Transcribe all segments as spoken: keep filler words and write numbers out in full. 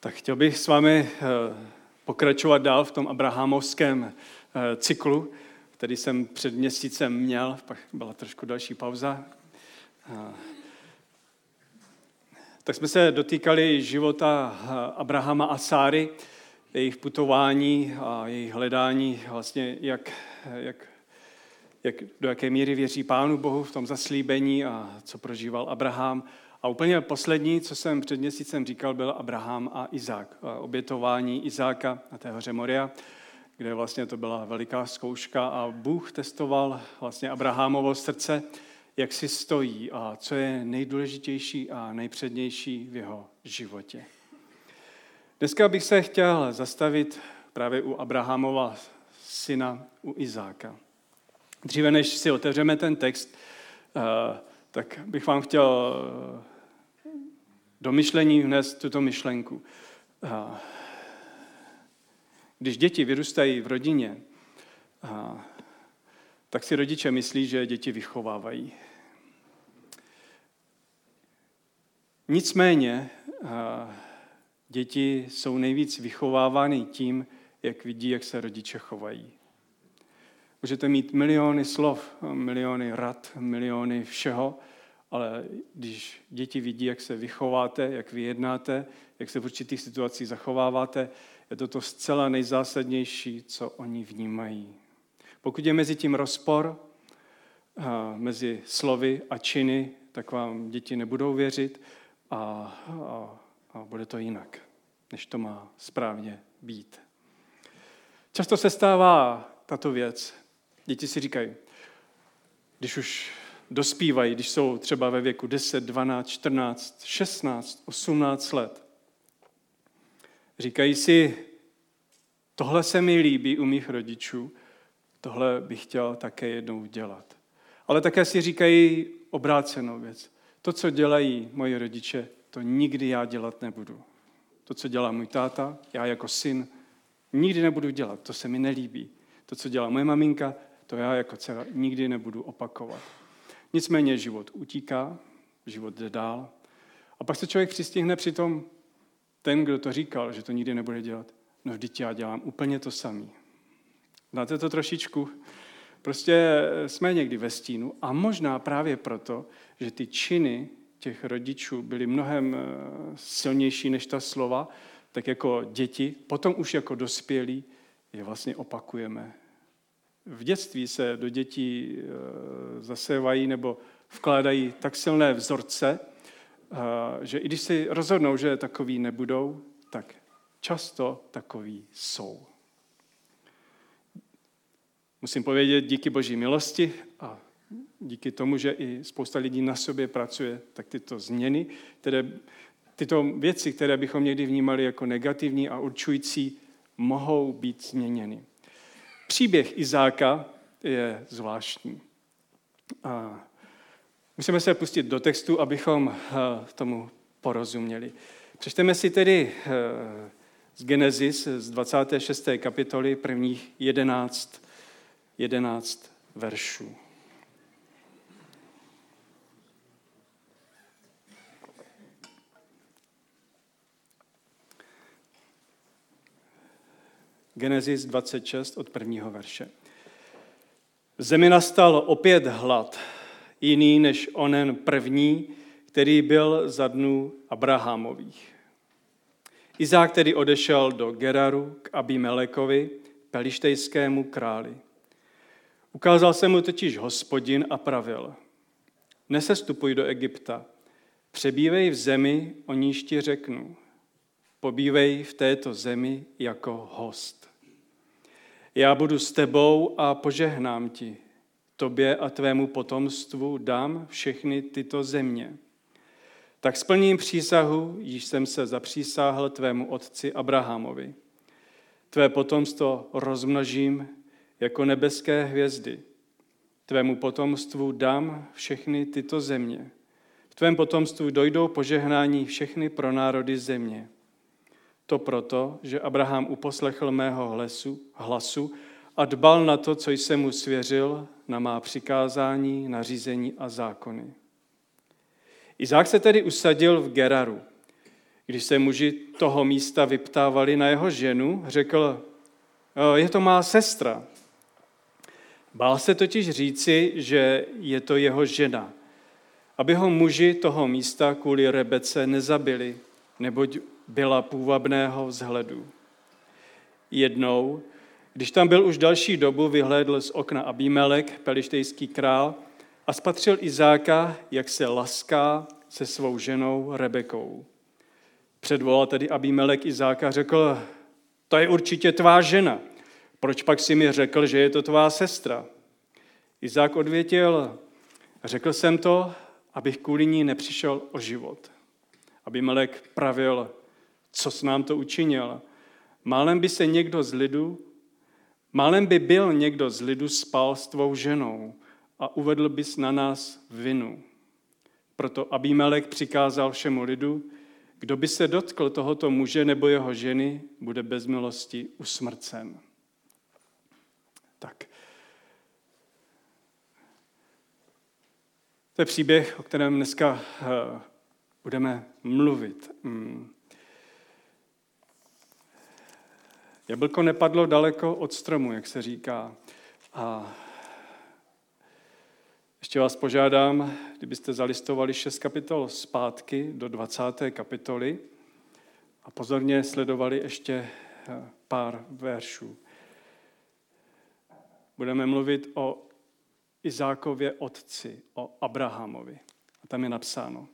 Tak chtěl bych s vámi pokračovat dál v tom abrahamovském cyklu, který jsem před měsícem měl, pak byla trošku další pauza. Tak jsme se dotýkali života Abrahama a Sáry, jejich putování a jejich hledání, vlastně jak, jak, jak, do jaké míry věří Pánu Bohu v tom zaslíbení a co prožíval Abraham. A úplně poslední, co jsem před měsícem říkal, byl Abraham a Izák. Obětování Izáka na té hoře Moria, kde vlastně to byla veliká zkouška a Bůh testoval vlastně Abrahamovo srdce, jak si stojí a co je nejdůležitější a nejpřednější v jeho životě. Dneska bych se chtěl zastavit právě u Abrahamova syna, u Izáka. Dříve než si otevřeme ten text, tak bych vám chtěl do myšlení vnést tuto myšlenku. Když děti vyrůstají v rodině, tak si rodiče myslí, že děti vychovávají. Nicméně děti jsou nejvíc vychovávány tím, jak vidí, jak se rodiče chovají. Můžete mít miliony slov, miliony rad, miliony všeho, ale když děti vidí, jak se vychováte, jak vyjednáte, jak se v určitých situacích zachováváte, je to to zcela nejzásadnější, co oni vnímají. Pokud je mezi tím rozpor, mezi slovy a činy, tak vám děti nebudou věřit a, a, a bude to jinak, než to má správně být. Často se stává tato věc. Děti si říkají, když už dospívají, když jsou třeba ve věku deset, dvanáct, čtrnáct, šestnáct, osmnáct let, říkají si, tohle se mi líbí u mých rodičů, tohle bych chtěl také jednou dělat. Ale také si říkají obrácenou věc. To, co dělají moji rodiče, to nikdy já dělat nebudu. To, co dělá můj táta, já jako syn, nikdy nebudu dělat. To se mi nelíbí. To, co dělá moje maminka, to já jako dcera nikdy nebudu opakovat. Nicméně život utíká, život jde dál. A pak se člověk přistihne při tom, ten, kdo to říkal, že to nikdy nebude dělat, no vždyť já dělám úplně to samý. Znáte to trošičku? Prostě jsme někdy ve stínu a možná právě proto, že ty činy těch rodičů byly mnohem silnější než ta slova, tak jako děti, potom už jako dospělí je vlastně opakujeme. V dětství se do dětí zasévají nebo vkládají tak silné vzorce, že i když si rozhodnou, že takový nebudou, tak často takový jsou. Musím povědět, díky Boží milosti a díky tomu, že i spousta lidí na sobě pracuje, tak tyto změny, které, tyto věci, které bychom někdy vnímali jako negativní a určující, mohou být změněny. Příběh Izáka je zvláštní. A musíme se pustit do textu, abychom tomu porozuměli. Přečteme si tedy z Genesis z dvacáté šesté kapitoly prvních jedenáct, jedenáct veršů. Genesis dvacet šest od prvního verše. V zemi nastal opět hlad, jiný než onen první, který byl za dnů Abrahamových. Izák tedy odešel do Geraru k Abimelekovi, pelištejskému králi. Ukázal se mu totiž Hospodin a pravil, nesestupuj do Egypta, přebývej v zemi, o níž ti řeknu, pobývej v této zemi jako host. Já budu s tebou a požehnám ti, tobě a tvému potomstvu dám všechny tyto země. Tak splním přísahu, již jsem se zapřísáhl tvému otci Abrahamovi. Tvé potomstvo rozmnožím jako nebeské hvězdy. Tvému potomstvu dám všechny tyto země. V tvém potomstvu dojdou požehnání všechny pro národy země. To proto, že Abraham uposlechl mého hlasu, hlasu a dbal na to, co jsem mu svěřil, na má přikázání, nařízení a zákony. Izák se tedy usadil v Geraru. Když se muži toho místa vyptávali na jeho ženu, řekl, je to má sestra. Bál se totiž říci, že je to jeho žena, aby ho muži toho místa kvůli Rebece nezabili, neboť byla půvabného vzhledu. Jednou, když tam byl už další dobu, vyhlédl z okna Abimelek, pelištejský král, a spatřil Izáka, jak se laská se svou ženou Rebekou. Předvolal tedy Abimelek Izáka a řekl, to je určitě tvá žena, proč pak si mi řekl, že je to tvá sestra? Izák odvětil, řekl jsem to, abych kvůli ní nepřišel o život. Abimelek pravil, co s nám to učinil. Málem by se někdo z lidu, málem by byl někdo z lidu spal s tvou ženou a uvedl bys na nás vinu. Proto Abimelek přikázal všemu lidu, kdo by se dotkl tohoto muže nebo jeho ženy, bude bez milosti usmrcen. Tak. To je příběh, o kterém dneska budeme mluvit. Jablko nepadlo daleko od stromu, jak se říká. A ještě vás požádám, kdybyste zalistovali šest kapitol zpátky do dvacáté kapitoly a pozorně sledovali ještě pár veršů. Budeme mluvit o Izákově otci, o Abrahamovi. A tam je napsáno.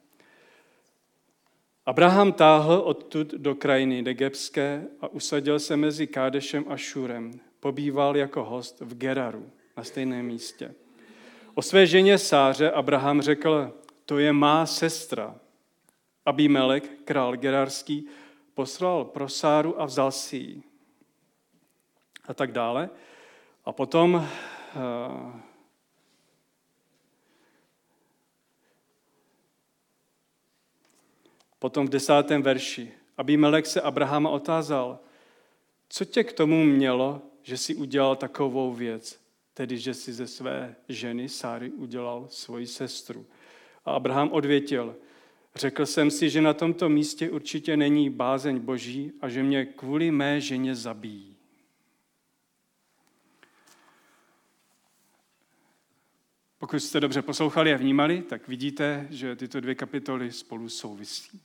Abraham táhl odtud do krajiny Negebské a usadil se mezi Kádešem a Šurem. Pobýval jako host v Geraru, na stejném místě. O své ženě Sáře Abraham řekl, to je má sestra. Abimelek, král gerarský, poslal pro Sáru a vzal si ji. A tak dále. A potom uh, potom v desátém verši Abimelek se Abrahama otázal, co tě k tomu mělo, že jsi udělal takovou věc, tedy že jsi ze své ženy Sáry udělal svoji sestru. A Abraham odvětil, řekl jsem si, že na tomto místě určitě není bázeň Boží a že mě kvůli mé ženě zabijí. Pokud jste dobře poslouchali a vnímali, tak vidíte, že tyto dvě kapitoly spolu souvisí.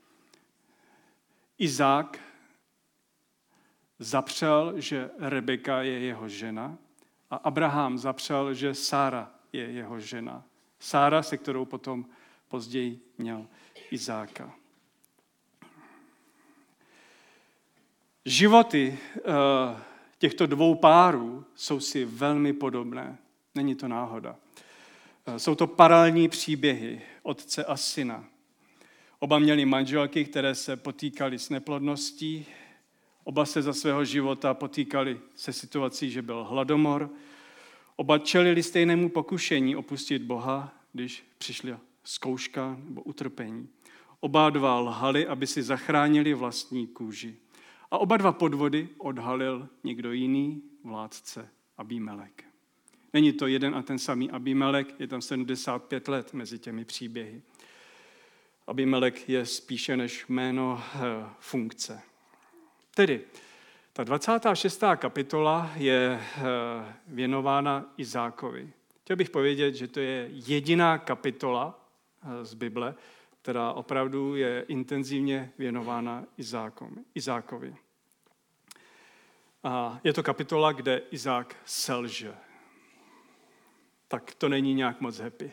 Izák zapřel, že Rebeka je jeho žena a Abraham zapřel, že Sára je jeho žena. Sára, se kterou potom později měl Izáka. Životy těchto dvou párů jsou si velmi podobné. Není to náhoda. Jsou to paralelní příběhy otce a syna. Oba měli manželky, které se potýkaly s neplodností. Oba se za svého života potýkali se situací, že byl hladomor. Oba čelili stejnému pokušení opustit Boha, když přišla zkouška nebo utrpení. Oba dva lhali, aby si zachránili vlastní kůži. A oba dva podvody odhalil někdo jiný, vládce Abimelek. Není to jeden a ten samý Abimelek, je tam sedmdesát pět let mezi těmi příběhy. Abimelek je spíše než jméno funkce. Tedy, ta dvacátá šestá kapitola je věnována Izákovi. Chtěl bych povědět, že to je jediná kapitola z Bible, která opravdu je intenzivně věnována Izákovi. A je to kapitola, kde Izák selže. Tak to není nějak moc happy.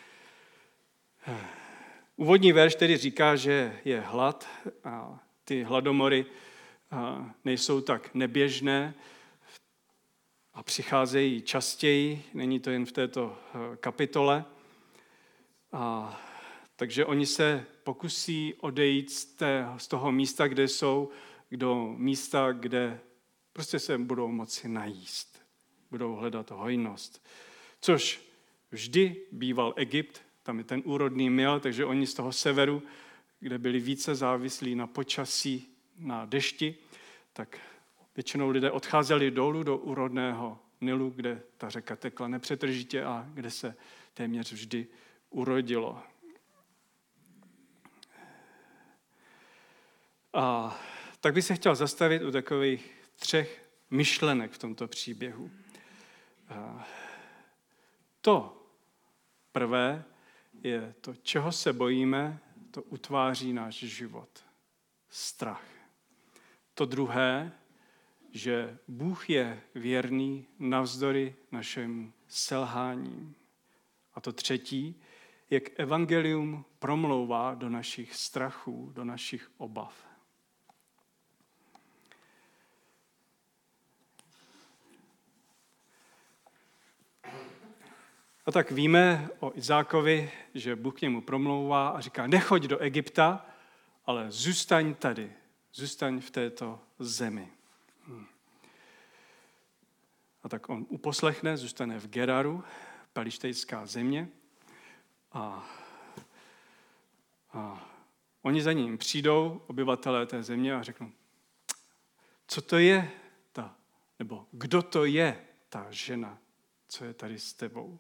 Úvodní verš tedy říká, že je hlad a ty hladomory nejsou tak neběžné a přicházejí častěji, není to jen v této kapitole. A, takže oni se pokusí odejít z, té, z toho místa, kde jsou, do místa, kde prostě se budou moci najíst. Budou hledat hojnost. Což vždy býval Egypt, tam je ten úrodný mil, takže oni z toho severu, kde byli více závislí na počasí, na dešti, tak většinou lidé odcházeli dolů do úrodného Nilu, kde ta řeka tekla nepřetržitě a kde se téměř vždy urodilo. A tak bych se chtěl zastavit u takových třech myšlenek v tomto příběhu. A to prvé je to, čeho se bojíme, to utváří náš život. Strach. To druhé, že Bůh je věrný navzdory našim selháním. A to třetí, jak evangelium promlouvá do našich strachů, do našich obav. A tak víme o Izákovi, že Bůh k němu promlouvá a říká, nechoď do Egypta, ale zůstaň tady, zůstaň v této zemi. Hmm. A tak on uposlechne, zůstane v Geraru, pelištejská země, a, a oni za ním přijdou, obyvatelé té země, a řeknou, co to je ta, nebo kdo to je ta žena, co je tady s tebou?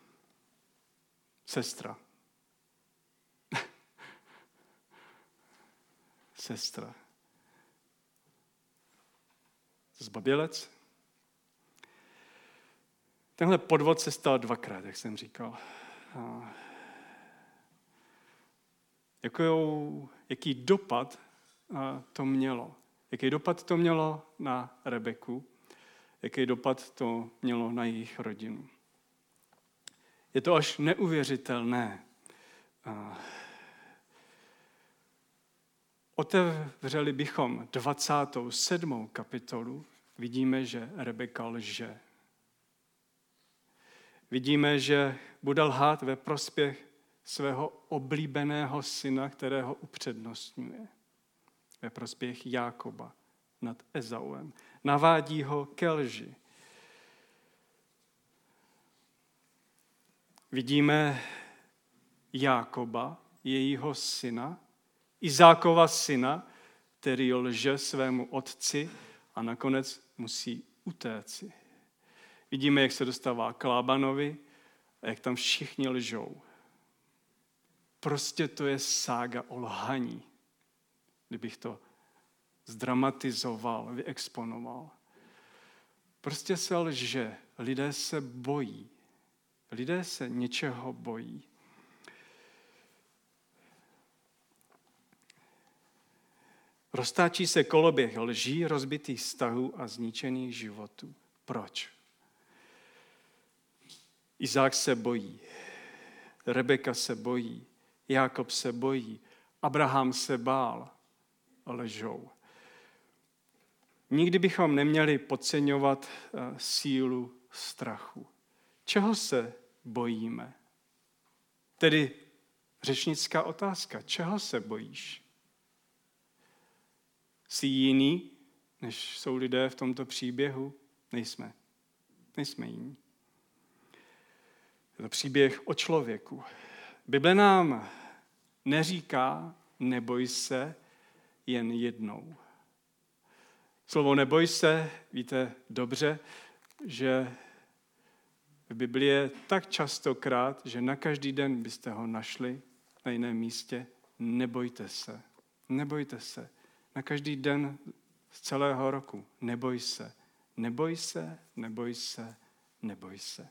Sestra. Sestra. Zbabělec. Tenhle podvod se stal dvakrát, jak jsem říkal. A jakou, jaký dopad to mělo? Jaký dopad to mělo na Rebeku? Jaký dopad to mělo na jejich rodinu? Je to až neuvěřitelné. Otevřeli bychom dvacátou sedmou kapitolu, vidíme, že Rebeka lže. Vidíme, že bude lhát ve prospěch svého oblíbeného syna, kterého upřednostňuje. Ve prospěch Jákoba nad Ezauem. Navádí ho ke lži. Vidíme Jákoba, jejího syna, Izákova syna, který lže svému otci a nakonec musí utéci. Vidíme, jak se dostává k Lábanovi a jak tam všichni lžou. Prostě to je sága o lhaní, kdybych to zdramatizoval, vyexponoval. Prostě se lže, lidé se bojí. Lidé se něčeho bojí. Roztáčí se koloběh lží, rozbitých vztahů a zničených životů. Proč? Izák se bojí, Rebeka se bojí, Jákob se bojí, Abraham se bál, lžou. Nikdy bychom neměli podceňovat sílu strachu. Čeho se bojíme? Tedy řečnická otázka. Čeho se bojíš? Jsi jiný, než jsou lidé v tomto příběhu? Nejsme. Nejsme jiní. Je to příběh o člověku. Bible nám neříká, neboj se jen jednou. Slovo neboj se, víte dobře, že v Biblii je tak častokrát, že na každý den byste ho našli na jiném místě. Nebojte se. Nebojte se. Na každý den z celého roku. Neboj se. Neboj se, neboj se, neboj se.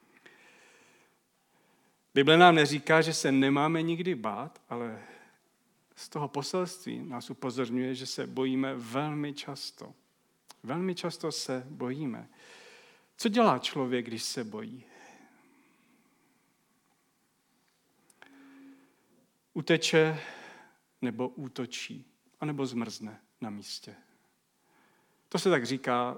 Bible nám neříká, že se nemáme nikdy bát, ale z toho poselství nás upozorňuje, že se bojíme velmi často. Velmi často se bojíme. Co dělá člověk, když se bojí? Uteče nebo útočí, anebo zmrzne na místě. To se tak říká,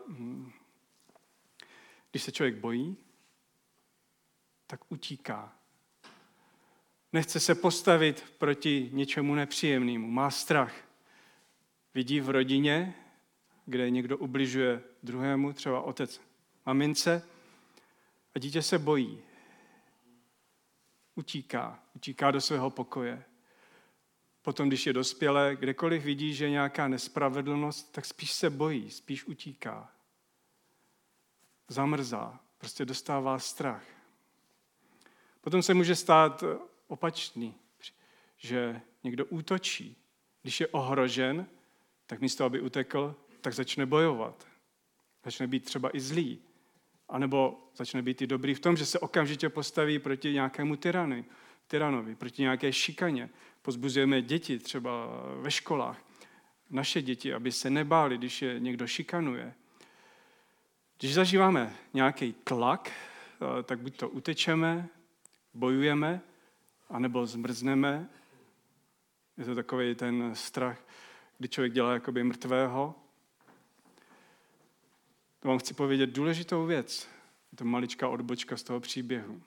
když se člověk bojí, tak utíká. Nechce se postavit proti něčemu nepříjemnému, má strach. Vidí v rodině, kde někdo ubližuje druhému, třeba otec mamince, a dítě se bojí. Utíká, utíká do svého pokoje. Potom, když je dospělé, kdekoliv vidí, že je nějaká nespravedlnost, tak spíš se bojí, spíš utíká. Zamrzá, prostě dostává strach. Potom se může stát opačný, že někdo útočí. Když je ohrožen, tak místo, aby utekl, tak začne bojovat. Začne být třeba i zlý. A nebo začne být i dobrý v tom, že se okamžitě postaví proti nějakému tyrany, tyranovi, proti nějaké šikaně. Pozbuzujeme děti třeba ve školách, naše děti, aby se nebáli, když je někdo šikanuje. Když zažíváme nějaký tlak, tak buď to utečeme, bojujeme, anebo zmrzneme. Je to takový ten strach, kdy člověk dělá jakoby mrtvého. To vám chci povědět důležitou věc. Je to maličká odbočka z toho příběhu.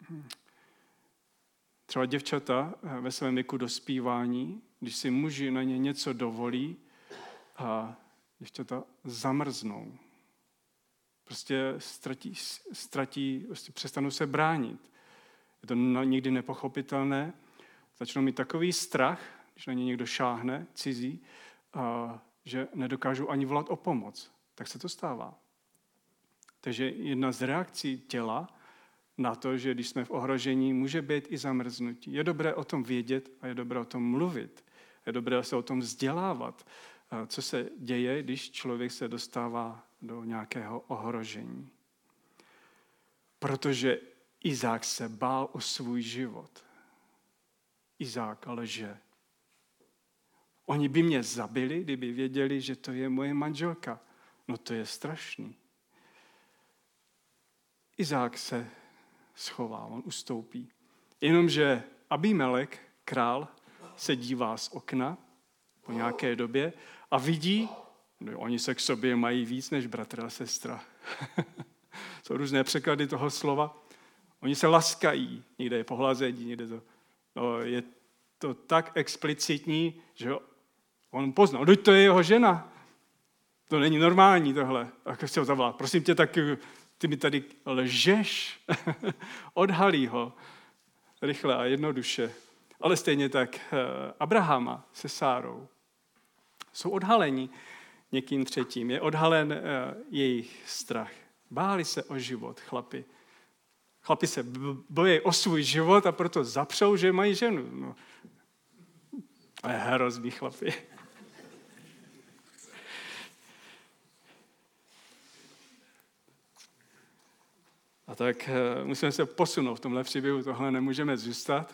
Třeba děvčata ve svém věku dospívání, když si muži na ně něco dovolí, a děvčata zamrznou. Prostě ztratí, ztratí prostě přestanou se bránit. Je to nikdy nepochopitelné. Začnou mít takový strach, když na ně někdo šáhne, cizí, a že nedokážou ani volat o pomoc. Tak se to stává. Takže jedna z reakcí těla na to, že když jsme v ohrožení, může být i zamrznutí. Je dobré o tom vědět a je dobré o tom mluvit. Je dobré se o tom vzdělávat, co se děje, když člověk se dostává do nějakého ohrožení. Protože Izák se bál o svůj život. Izák lže. Oni by mě zabili, kdyby věděli, že to je moje manželka. No to je strašný. Izák se schová, on ustoupí. Jenomže Abimelek, král, se dívá z okna po nějaké době a vidí, no, oni se k sobě mají víc než bratr a sestra. Jsou různé překlady toho slova. Oni se laskají, někde je pohlazení, někde to. No, je to tak explicitní, že on poznal, no, to je jeho žena. To není normální tohle. A chci ho zavolat, prosím tě, tak ty mi tady lžeš. Odhalí ho rychle a jednoduše. Ale stejně tak Abrahama se Sárou jsou odhaleni někým třetím. Je odhalen jejich strach. Báli se o život chlapi. Chlapi se bojí o svůj život a proto zapřou, že mají ženu. No. A je hrozný chlapi. A tak musíme se posunout v tomhle příběhu, tohle nemůžeme zůstat.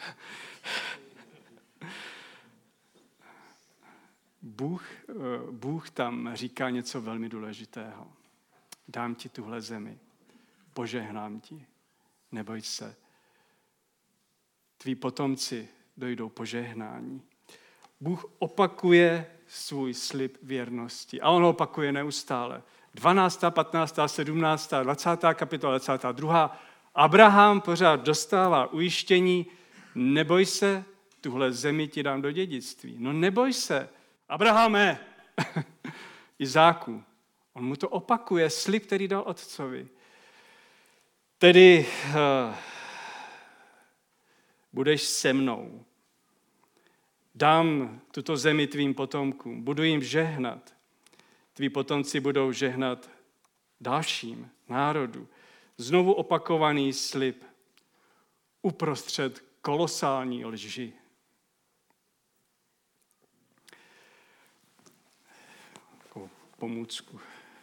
Bůh, Bůh tam říká něco velmi důležitého. Dám ti tuhle zemi, požehnám ti, neboj se. Tví potomci dojdou požehnání. Bůh opakuje svůj slib věrnosti a on ho opakuje neustále. dvanáctá, patnáctá, sedmnáctá, dvacátá kapitola, dvacátá druhá Abraham pořád dostává ujištění, neboj se, tuhle zemi ti dám do dědictví. No neboj se, Abrahame, Izáku. On mu to opakuje, slib, který dal otcovi. Tedy uh, budeš se mnou. Dám tuto zemi tvým potomkům, budu jim žehnat. Tví potomci budou žehnat dalším národu. Znovu opakovaný slib uprostřed kolosální lži. Takovou pomůcku.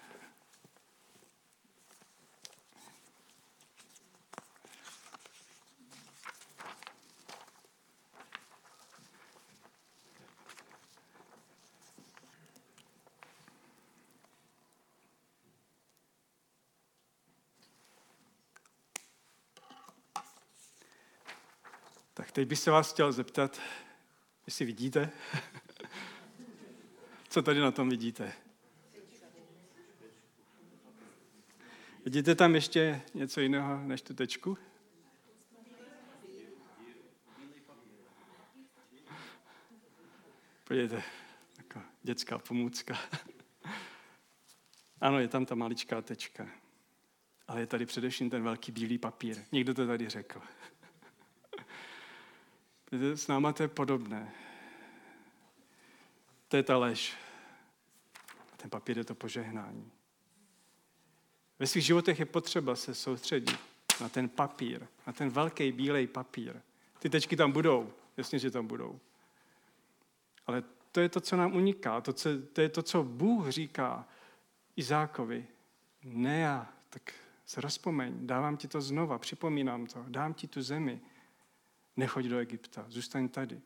Tak teď bych se vás chtěl zeptat, jestli vidíte. Co tady na tom vidíte? Vidíte tam ještě něco jiného než tu tečku? Podívejte, taková dětská pomůcka. Ano, je tam ta maličká tečka. Ale je tady především ten velký bílý papír. Někdo to tady řekl. S náma to je podobné. To je ta lež. A ten papír je to požehnání. Ve svých životech je potřeba se soustředit na ten papír, na ten velký bílej papír. Ty tečky tam budou, jasně, že tam budou. Ale to je to, co nám uniká. To, co, to je to, co Bůh říká Izákovi. Ne já, tak se rozpomeň, dávám ti to znova, připomínám to, dám ti tu zemi. Nechoď do Egypta, zůstaň tady.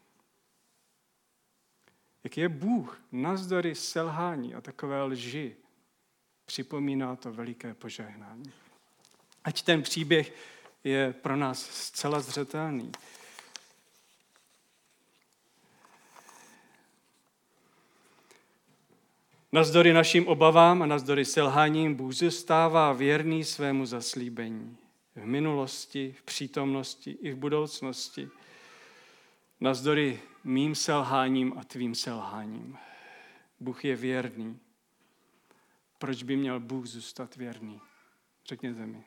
Jak je Bůh navzdory selhání a takové lži, připomíná to veliké požehnání. Ať ten příběh je pro nás zcela zřetelný. Navzdory našim obavám a navzdory selháním Bůh zůstává věrný svému zaslíbení. V minulosti, v přítomnosti i v budoucnosti. Navzdory mým selháním a tvým selháním. Bůh je věrný. Proč by měl Bůh zůstat věrný? Řekněte mi.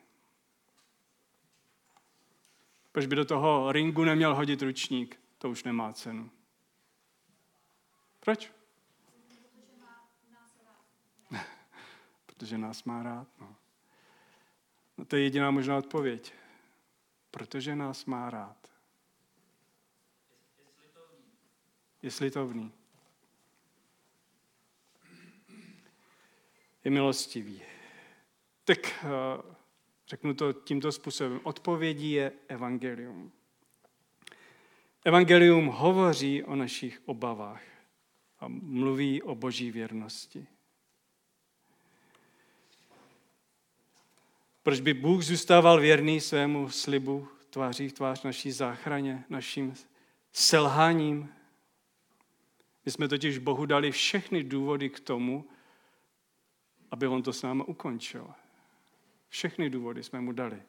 Proč by do toho ringu neměl hodit ručník? To už nemá cenu. Proč? Protože nás má rád. No. No to je jediná možná odpověď. Protože nás má rád. Je slitovný. Je milostivý. Tak řeknu to tímto způsobem. Odpovědí je evangelium. Evangelium hovoří o našich obavách a mluví o boží věrnosti. Proč by Bůh zůstával věrný svému slibu tváří v tvář naší záchraně, naším selháním? My jsme totiž Bohu dali všechny důvody k tomu, aby on to s námi ukončil. Všechny důvody jsme mu dali.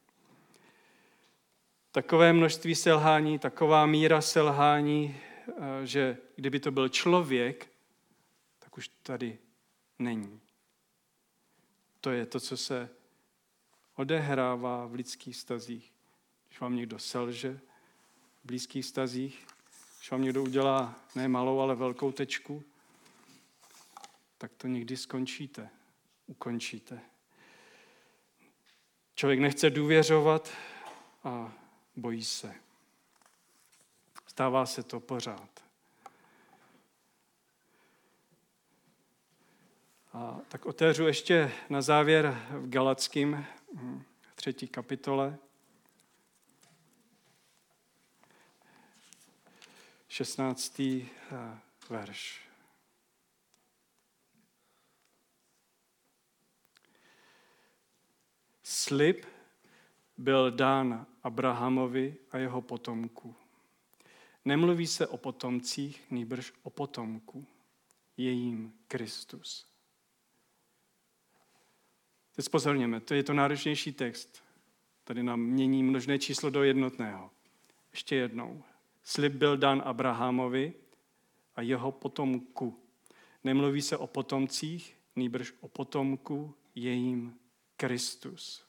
Takové množství selhání, taková míra selhání, že kdyby to byl člověk, tak už tady není. To je to, co se odehrává v lidských vztazích. Když vám někdo selže v blízkých vztazích, když vám někdo udělá ne malou, ale velkou tečku, tak to někdy skončíte, ukončíte. Člověk nechce důvěřovat a bojí se. Stává se to pořád. A tak otevřu ještě na závěr v Galackým třetí kapitole. šestnáctý verš. Slib byl dán Abrahamovi a jeho potomku. Nemluví se o potomcích, nýbrž o potomku. Je jím Kristus. Teď pozorněme, to je to náročnější text. Tady nám mění množné číslo do jednotného. Ještě jednou. Slib byl dán Abrahamovi a jeho potomku. Nemluví se o potomcích, nýbrž o potomku, je jím Kristus.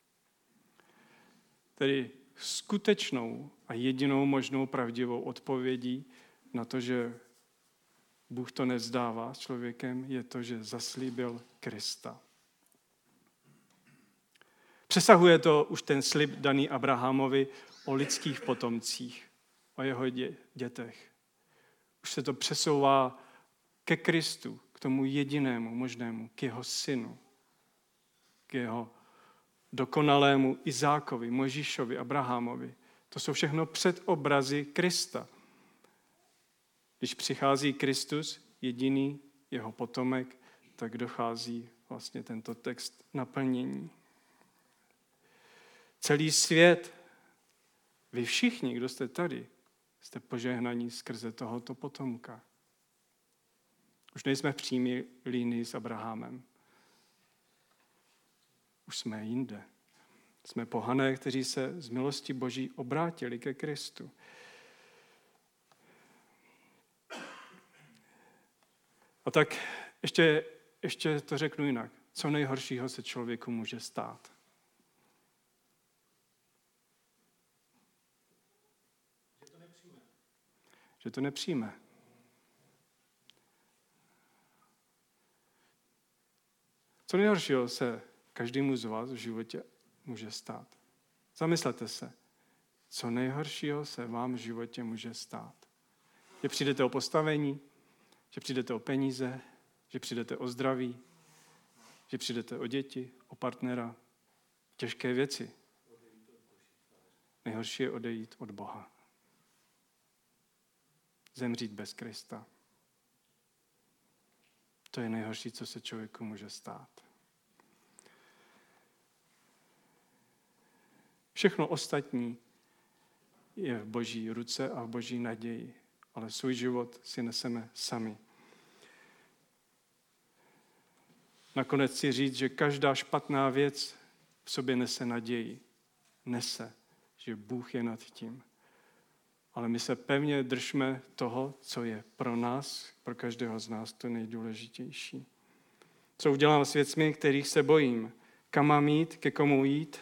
Tedy skutečnou a jedinou možnou pravdivou odpovědí na to, že Bůh to nevzdává s člověkem, je to, že zaslíbil Krista. Přesahuje to už ten slib daný Abrahamovi o lidských potomcích, o jeho dě- dětech. Už se to přesouvá ke Kristu, k tomu jedinému možnému, k jeho synu, k jeho dokonalému Izákovi, Mojžíšovi, Abrahamovi. To jsou všechno předobrazy Krista. Když přichází Kristus, jediný jeho potomek, tak dochází vlastně tento text naplnění. Celý svět, vy všichni, kdo jste tady, jste požehnaní skrze tohoto potomka. Už nejsme v přímé línii s Abrahamem. Už jsme jinde. Jsme pohané, kteří se z milosti Boží obrátili ke Kristu. A tak ještě, ještě to řeknu jinak. Co nejhoršího se člověku může stát? Že to nepřijme. Že to nepřijme. Co nejhoršího se každému z vás v životě může stát? Zamyslete se, co nejhoršího se vám v životě může stát. Že přijdete o postavení, že přijdete o peníze, že přijdete o zdraví, že přijdete o děti, o partnera. Těžké věci. Nejhorší je odejít od Boha. Zemřít bez Krista. To je nejhorší, co se člověku může stát. Všechno ostatní je v Boží ruce a v Boží naději, ale svůj život si neseme sami. Nakonec si říct, že každá špatná věc v sobě nese naději. Nese, že Bůh je nad tím. Ale my se pevně držme toho, co je pro nás, pro každého z nás to nejdůležitější. Co udělám s věcmi, kterých se bojím? Kam mám jít, ke komu jít,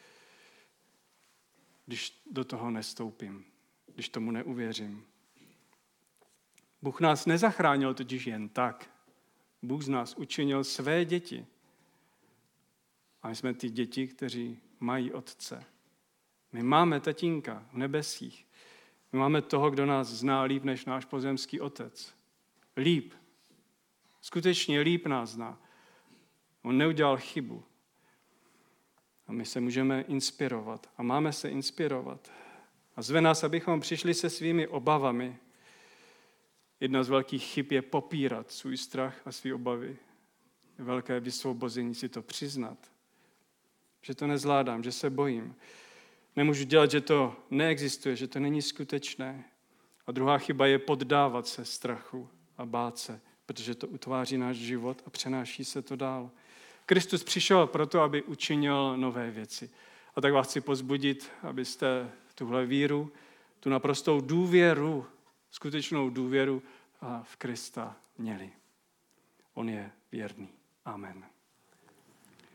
když do toho nestoupím, když tomu neuvěřím. Bůh nás nezachránil totiž jen tak. Bůh z nás učinil své děti. A my jsme ty děti, kteří mají otce. My máme tatínka v nebesích. My máme toho, kdo nás zná líp než náš pozemský otec. Líp. Skutečně líp nás zná. On neudělal chybu. A my se můžeme inspirovat. A máme se inspirovat. A zve nás, abychom přišli se svými obavami. Jedna z velkých chyb je popírat svůj strach a své obavy. Je velké vysvobození si to přiznat. Že to nezvládám, že se bojím. Nemůžu dělat, že to neexistuje, že to není skutečné. A druhá chyba je poddávat se strachu a bát se, protože to utváří náš život a přenáší se to dál. Kristus přišel proto, aby učinil nové věci. A tak vás chci pozbudit, abyste tuhle víru, tu naprostou důvěru, skutečnou důvěru v Krista měli. On je věrný. Amen.